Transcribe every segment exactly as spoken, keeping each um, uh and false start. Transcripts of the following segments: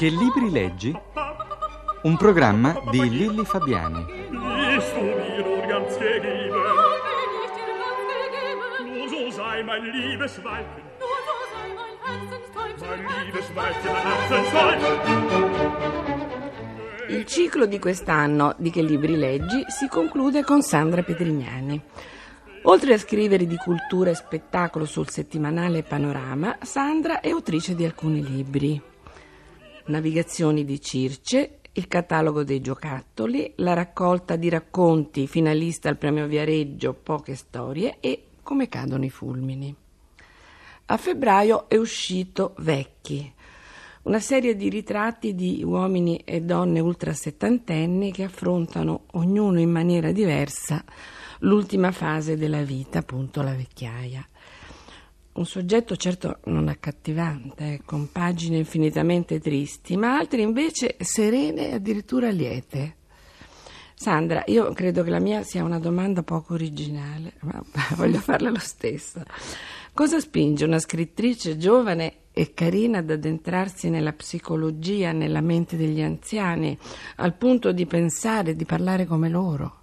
Che libri leggi? Un programma di Lilli Fabiani. Bist du mir nur ganz gegeben? Nur so sei mein liebes Weibchen. Nur so sei mein Herzenstäubchen. Mein liebes Weibchen, mein Herzenstäubchen. Il ciclo di quest'anno di Che libri leggi si conclude con Sandra Petrignani. Oltre a scrivere di cultura e spettacolo sul settimanale Panorama, Sandra è autrice di alcuni libri: Navigazioni di Circe, il catalogo dei giocattoli, la raccolta di racconti finalista al premio Viareggio Poche storie e Come cadono i fulmini. A febbraio è uscito Vecchi, una serie di ritratti di uomini e donne ultrasettantenni che affrontano, ognuno in maniera diversa, l'ultima fase della vita, appunto la vecchiaia. Un soggetto certo non accattivante, con pagine infinitamente tristi, ma altre invece serene e addirittura liete. Sandra, io credo che la mia sia una domanda poco originale, ma voglio farla lo stesso. Cosa spinge una scrittrice giovane e carina ad addentrarsi nella psicologia, nella mente degli anziani, al punto di pensare, di parlare come loro?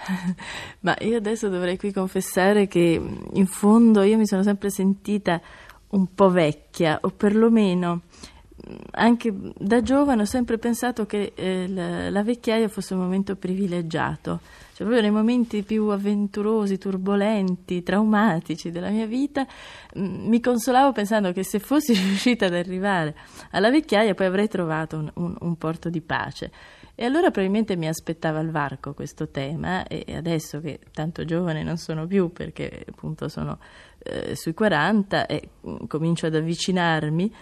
Ma io adesso dovrei qui confessare che in fondo io mi sono sempre sentita un po' vecchia, o perlomeno anche da giovane ho sempre pensato che eh, la, la vecchiaia fosse un momento privilegiato, cioè proprio nei momenti più avventurosi, turbolenti, traumatici della mia vita mh, mi consolavo pensando che se fossi riuscita ad arrivare alla vecchiaia poi avrei trovato un, un, un porto di pace. E allora probabilmente mi aspettava al varco questo tema, e adesso che tanto giovane non sono più, perché appunto sono eh, sui quaranta e mh, comincio ad avvicinarmi,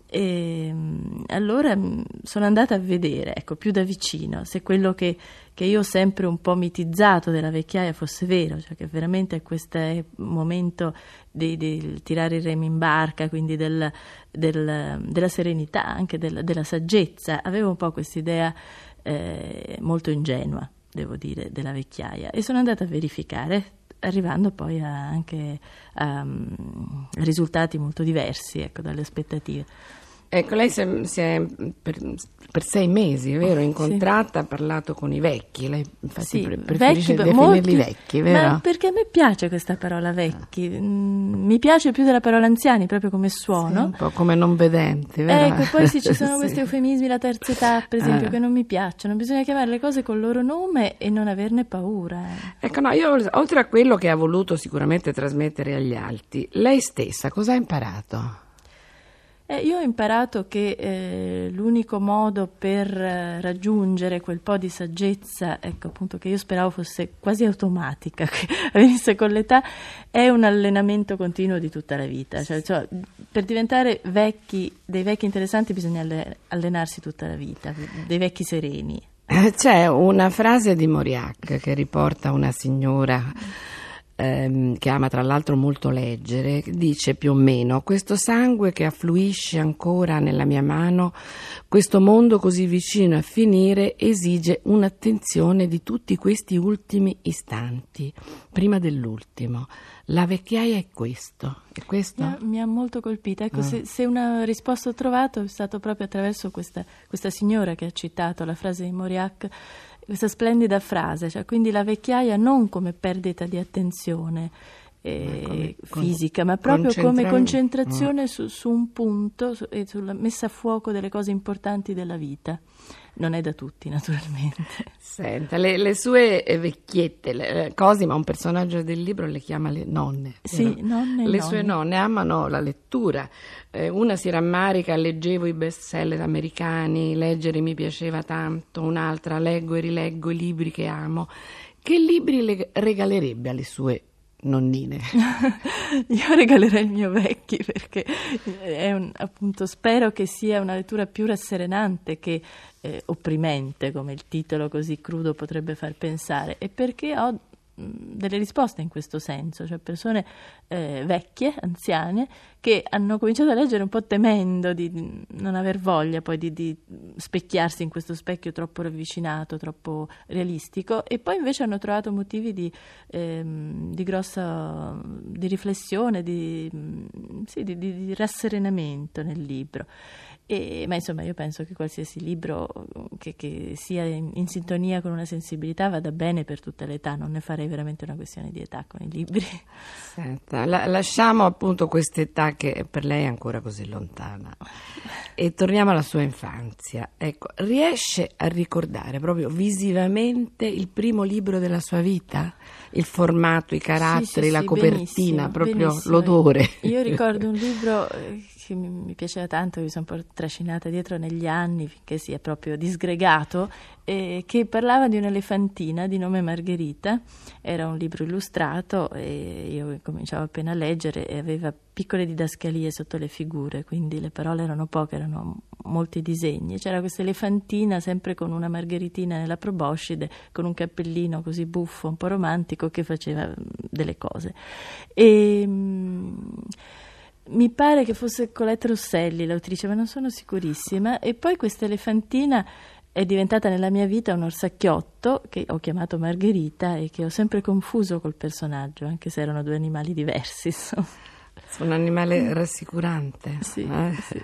e mh, allora mh, sono andata a vedere, ecco, più da vicino, se quello che, che io ho sempre un po' mitizzato della vecchiaia fosse vero, cioè che veramente è questo momento di, di tirare i remi in barca, quindi del, del, della serenità, anche del, della saggezza. Avevo un po' quest'idea Eh, molto ingenua, devo dire, della vecchiaia, e sono andata a verificare, arrivando poi a, anche a, um, risultati molto diversi, ecco, dalle aspettative. Ecco, lei si è, si è per, per sei mesi, vero, incontrata, ha parlato con i vecchi, lei infatti sì, pre- preferisce vecchi, definirli molti, vecchi, vero? Ma perché a me piace questa parola vecchi, mm, mi piace più della parola anziani, proprio come suono. Sì, un po' come non vedenti, vero? Ecco, poi sì, ci sono Sì. questi eufemismi, la terza età, per esempio, Eh. che non mi piacciono, bisogna chiamare le cose col loro nome e non averne paura. Ecco, no, io oltre a quello che ha voluto sicuramente trasmettere agli altri, lei stessa cosa ha imparato? Eh, io ho imparato che eh, l'unico modo per eh, raggiungere quel po' di saggezza, ecco appunto, che io speravo fosse quasi automatica, che avvenisse con l'età, è un allenamento continuo di tutta la vita. Cioè, cioè, per diventare vecchi, dei vecchi interessanti bisogna alle- allenarsi tutta la vita, dei vecchi sereni. C'è una frase di Mauriac che riporta una signora ehm, che ama tra l'altro molto leggere, che dice più o meno: questo sangue che affluisce ancora nella mia mano, questo mondo così vicino a finire, esige un'attenzione di tutti questi ultimi istanti, prima dell'ultimo. La vecchiaia è questo, è questo? Mi ha, mi ha molto colpita. Ecco, Ah. se, se una risposta ho trovato è stato proprio attraverso questa, questa signora che ha citato la frase di Mauriac, questa splendida frase, cioè quindi la vecchiaia non come perdita di attenzione eh, Ma come- fisica, ma proprio come concentra- concentrazione su, su un punto su- e sulla messa a fuoco delle cose importanti della vita. Non è da tutti, naturalmente. Senta, le, le sue eh, vecchiette, le, eh, Cosima, un personaggio del libro, le chiama le nonne. Sì, vero? nonne e Le nonni. sue nonne amano la lettura. Eh, una si rammarica: leggevo i bestseller americani, leggere mi piaceva tanto. Un'altra: leggo e rileggo i libri che amo. Che libri le regalerebbe alle sue nonnine? Io regalerei il mio Vecchi, perché è un, appunto, spero che sia una lettura più rasserenante che eh, opprimente, come il titolo così crudo potrebbe far pensare, e perché ho mh, delle risposte in questo senso, cioè persone eh, vecchie, anziane, che hanno cominciato a leggere un po' temendo di non aver voglia poi di, di specchiarsi in questo specchio troppo ravvicinato, troppo realistico, e poi invece hanno trovato motivi di, ehm, di grossa di riflessione, di, sì, di, di, di rasserenamento nel libro. E, ma insomma io penso che qualsiasi libro che, che sia in, in sintonia con una sensibilità vada bene per tutte le età, non ne farei veramente una questione di età con i libri. Senta, la, lasciamo appunto quest'età che per lei è ancora così lontana e torniamo alla sua infanzia. Ecco, riesce a ricordare proprio visivamente il primo libro della sua vita? Il formato, i caratteri, sì, sì, la sì, copertina, benissimo, proprio benissimo. l'odore. Io ricordo un libro che mi, mi piaceva tanto, che mi sono un po' trascinata dietro negli anni finché si è proprio disgregato, eh, che parlava di un'elefantina di nome Margherita. Era un libro illustrato e io cominciavo appena a leggere e aveva piccole didascalie sotto le figure, quindi le parole erano poche, erano molti disegni. C'era questa elefantina sempre con una margheritina nella proboscide, con un cappellino così buffo, un po' romantico, che faceva delle cose. E mi pare che fosse Colette Rosselli l'autrice, ma non sono sicurissima. E poi questa elefantina è diventata nella mia vita un orsacchiotto che ho chiamato Margherita e che ho sempre confuso col personaggio, anche se erano due animali diversi, insomma. Un animale rassicurante. Sì, eh? sì.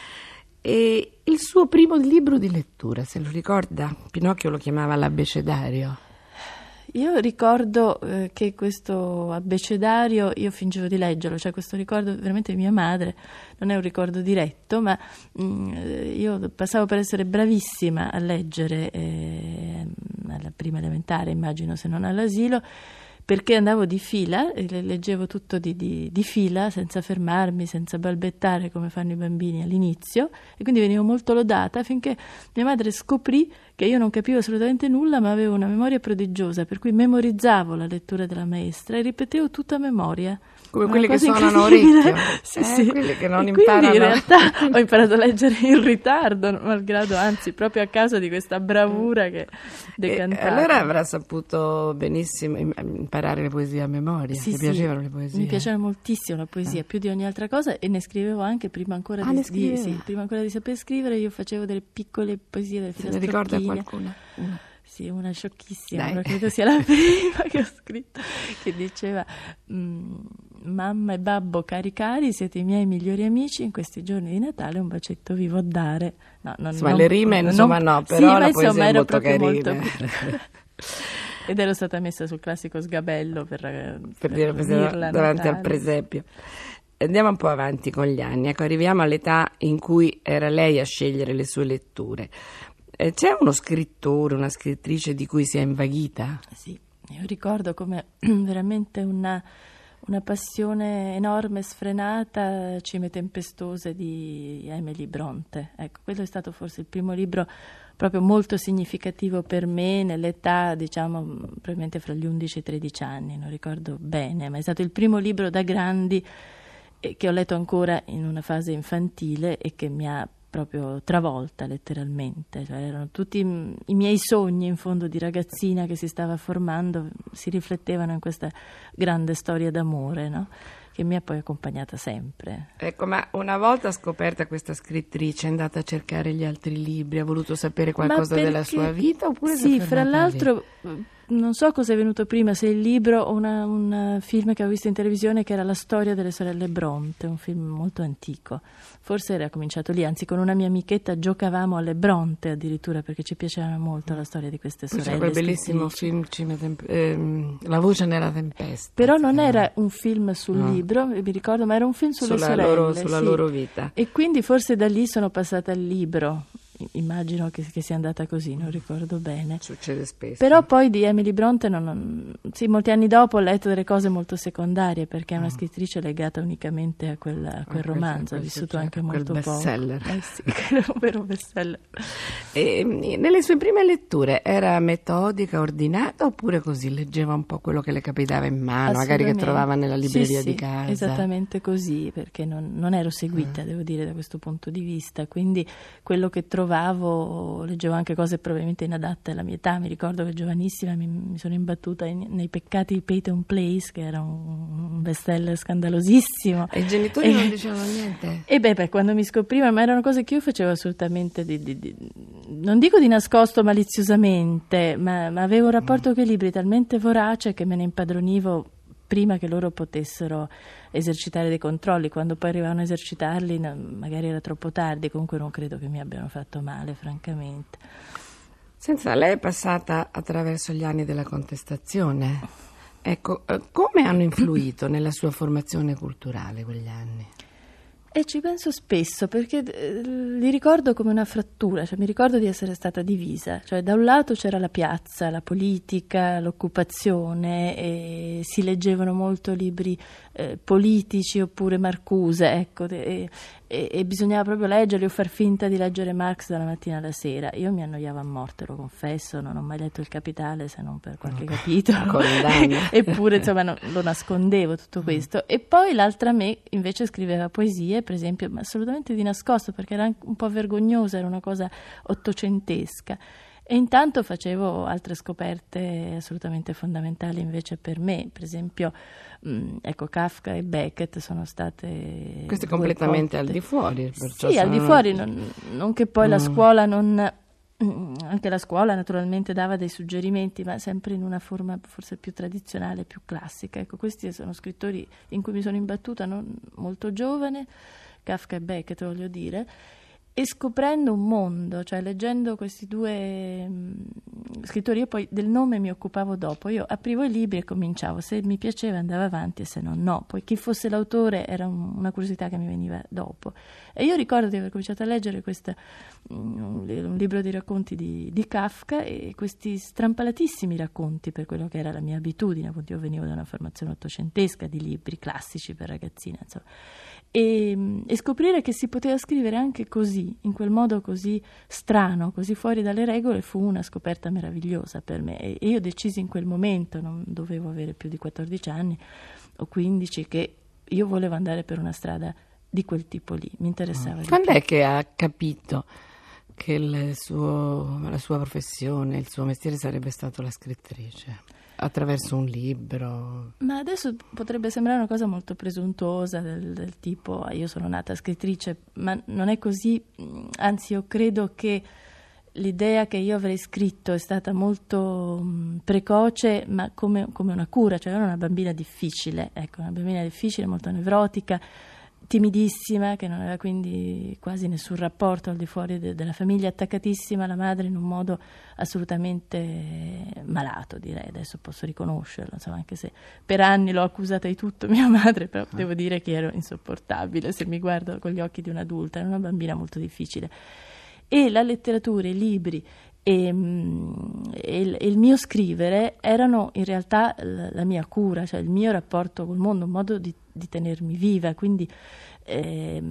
E il suo primo libro di lettura, se lo ricorda? Pinocchio lo chiamava l'abbecedario. Io ricordo eh, che questo abbecedario io fingevo di leggerlo, cioè questo ricordo veramente di mia madre, non è un ricordo diretto, ma mh, io passavo per essere bravissima a leggere eh, alla prima elementare, immagino, se non all'asilo, perché andavo di fila e leggevo tutto di, di, di fila, senza fermarmi, senza balbettare come fanno i bambini all'inizio, e quindi venivo molto lodata finché mia madre scoprì che io non capivo assolutamente nulla, ma avevo una memoria prodigiosa, per cui memorizzavo la lettura della maestra e ripetevo tutta a memoria. Come Una quelli che cosa suonano incredibile. orecchio, Sì, eh, sì. quelli che non e imparano. Quindi in realtà ho imparato a leggere in ritardo, malgrado, anzi, proprio a causa di questa bravura che decantava. E allora avrà saputo benissimo imparare le poesie a memoria. Sì, Mi sì, piacevano le poesie? Mi piaceva moltissimo la poesia, eh. più di ogni altra cosa, e ne scrivevo anche prima ancora, ah, di, di, sì, prima ancora di saper scrivere. Io facevo delle piccole poesie, delle filastrocchine. Ne ricorda qualcuna? Una. Sì, una sciocchissima, però credo sia la prima che ho scritto, che diceva: mamma e babbo cari cari, siete i miei migliori amici, in questi giorni di Natale un bacetto vi vo dare. No, non, insomma, non, le rime non, insomma no, però sì, la ma poesia insomma, è ero molto proprio carina. Molto... Ed ero stata messa sul classico sgabello per, per, per dire dirla davanti Natale. Al presepio. Andiamo un po' avanti con gli anni. Ecco, arriviamo all'età in cui era lei a scegliere le sue letture. C'è uno scrittore, una scrittrice di cui si è invaghita? Sì, io ricordo come veramente una, una passione enorme, sfrenata, Cime tempestose di Emily Bronte. Ecco, quello è stato forse il primo libro proprio molto significativo per me nell'età, diciamo, probabilmente fra gli undici e i tredici anni, non ricordo bene, ma è stato il primo libro da grandi che ho letto ancora in una fase infantile e che mi ha proprio travolta letteralmente, cioè, erano tutti i miei sogni in fondo di ragazzina che si stava formando, si riflettevano in questa grande storia d'amore, no? Che mi ha poi accompagnata sempre. Ecco, ma una volta scoperta questa scrittrice è andata a cercare gli altri libri, ha voluto sapere qualcosa perché, della sua vita oppure sì, fra l'altro lì? Non so cosa è venuto prima, se il libro o una, un film che avevo visto in televisione, che era La storia delle sorelle Bronte, un film molto antico. Forse era cominciato lì, anzi con una mia amichetta giocavamo alle Bronte addirittura, perché ci piaceva molto la storia di queste sorelle. C'è quel bellissimo film Cime Temp- ehm, La voce nella tempesta. Però non era un film sul no. libro, mi ricordo, ma era un film sulle sulla sorelle. Loro, sulla sì. loro vita. E quindi forse da lì sono passata al libro. Immagino che, che sia andata così, non ricordo bene. Succede spesso. Però poi di Emily Bronte, non, non, sì, molti anni dopo ho letto delle cose molto secondarie, perché è una scrittrice legata unicamente a quel, a quel a romanzo, ha vissuto anche molto poco. Bestseller. Eh sì, era un vero bestseller. E nelle sue prime letture era metodica, ordinata, oppure così leggeva un po' quello che le capitava in mano, magari che trovava nella libreria sì, di sì, casa? Esattamente così, perché non, non ero seguita, mm. devo dire, da questo punto di vista, quindi quello che trovavo trovavo, leggevo anche cose probabilmente inadatte alla mia età. Mi ricordo che giovanissima mi, mi sono imbattuta in, nei peccati di Peyton Place, che era un, un bestseller scandalosissimo. E i genitori e, non dicevano niente? E beh, beh, quando mi scoprivano, ma erano cose che io facevo assolutamente, di, di, di, non dico di nascosto maliziosamente, ma, ma avevo un rapporto mm. con i libri talmente vorace che me ne impadronivo prima che loro potessero esercitare dei controlli. Quando poi arrivavano a esercitarli no, magari era troppo tardi, comunque non credo che mi abbiano fatto male, francamente. Senza, lei è passata attraverso gli anni della contestazione. Ecco, come hanno influito nella sua formazione culturale quegli anni? E ci penso spesso, perché eh, li ricordo come una frattura, cioè mi ricordo di essere stata divisa, cioè da un lato c'era la piazza, la politica, l'occupazione, e si leggevano molto libri eh, politici oppure Marcuse, ecco, e, e, e bisognava proprio leggerli o far finta di leggere Marx dalla mattina alla sera. Io mi annoiavo a morte, lo confesso, non ho mai letto Il Capitale se non per qualche no, capitolo, eppure insomma no, lo nascondevo tutto questo. E poi l'altra me invece scriveva poesie, per esempio, ma assolutamente di nascosto, perché era anche un po' vergognosa, era una cosa ottocentesca. E intanto facevo altre scoperte assolutamente fondamentali invece per me, per esempio mh, ecco, Kafka e Beckett sono state queste completamente al di fuori, sì, al di fuori, non, non che poi mm. la scuola non anche la scuola naturalmente dava dei suggerimenti, ma sempre in una forma forse più tradizionale, più classica. Ecco, questi sono scrittori in cui mi sono imbattuta non molto giovane, Kafka e Beckett voglio dire, e scoprendo un mondo, cioè leggendo questi due mh, scrittori. Io poi del nome mi occupavo dopo, io aprivo i libri e cominciavo, se mi piaceva andavo avanti e se no no, poi chi fosse l'autore era un, una curiosità che mi veniva dopo. E io ricordo di aver cominciato a leggere questa, mh, un libro di racconti di, di Kafka, e questi strampalatissimi racconti per quello che era la mia abitudine, appunto io venivo da una formazione ottocentesca di libri classici per ragazzine, insomma. E, e scoprire che si poteva scrivere anche così, in quel modo così strano, così fuori dalle regole, fu una scoperta meravigliosa per me. E io decisi in quel momento, non dovevo avere più di quattordici anni o quindici, che io volevo andare per una strada di quel tipo lì, mi interessava. Quando è che ha capito che il suo, la sua professione, il suo mestiere sarebbe stato la scrittrice? Attraverso un libro? Ma adesso potrebbe sembrare una cosa molto presuntuosa, del, del tipo io sono nata scrittrice, ma non è così. Anzi, io credo che l'idea che io avrei scritto è stata molto mh, precoce, ma come, come una cura, cioè ero una bambina difficile, ecco, una bambina difficile, molto nevrotica, timidissima, che non aveva quindi quasi nessun rapporto al di fuori de- della famiglia, attaccatissima alla madre in un modo assolutamente malato, direi. Adesso posso riconoscerlo, insomma, anche se per anni l'ho accusata di tutto mia madre, però ah. devo dire che ero insopportabile se mi guardo con gli occhi di un'adulta. Era una bambina molto difficile. E la letteratura, i libri e, e, il, e il mio scrivere erano in realtà la, la mia cura, cioè il mio rapporto col mondo, un modo di, di tenermi viva. Quindi eh,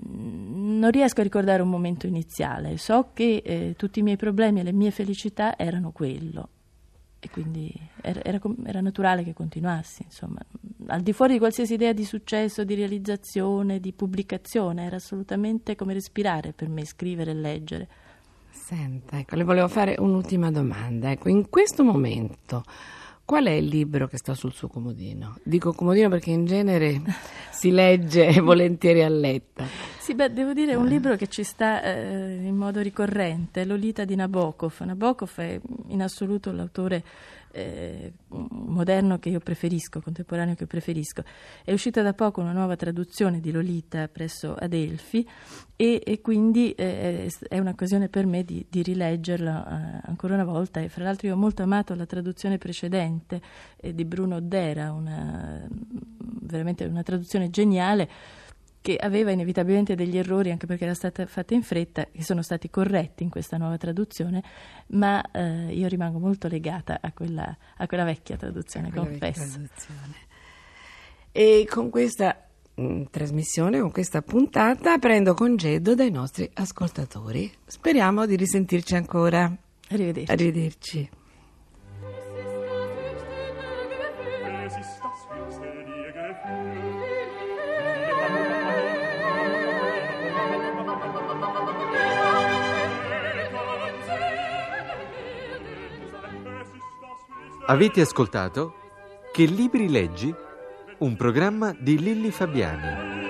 non riesco a ricordare un momento iniziale, so che eh, tutti i miei problemi e le mie felicità erano quello, e quindi era, era, era naturale che continuassi, insomma, al di fuori di qualsiasi idea di successo, di realizzazione, di pubblicazione. Era assolutamente come respirare per me, scrivere e leggere. Senta, ecco, le volevo fare un'ultima domanda. Ecco, in questo momento qual è il libro che sta sul suo comodino? Dico comodino perché in genere si legge volentieri a letto. Sì, beh, devo dire è un libro che ci sta eh, in modo ricorrente, Lolita di Nabokov. Nabokov è in assoluto l'autore eh, moderno che io preferisco, contemporaneo che preferisco. È uscita da poco una nuova traduzione di Lolita presso Adelphi, e, e quindi eh, è un'occasione per me di, di rileggerla eh, ancora una volta. E fra l'altro io ho molto amato la traduzione precedente eh, di Bruno Oddera, una, veramente una traduzione geniale, che aveva inevitabilmente degli errori, anche perché era stata fatta in fretta, che sono stati corretti in questa nuova traduzione, ma eh, io rimango molto legata a quella, a quella vecchia traduzione, quella confesso. Vecchia traduzione. E con questa mh, trasmissione, con questa puntata, prendo congedo dai nostri ascoltatori. Speriamo di risentirci ancora. Arrivederci. Arrivederci. Avete ascoltato Che libri leggi? Un programma di Lilli Fabiani.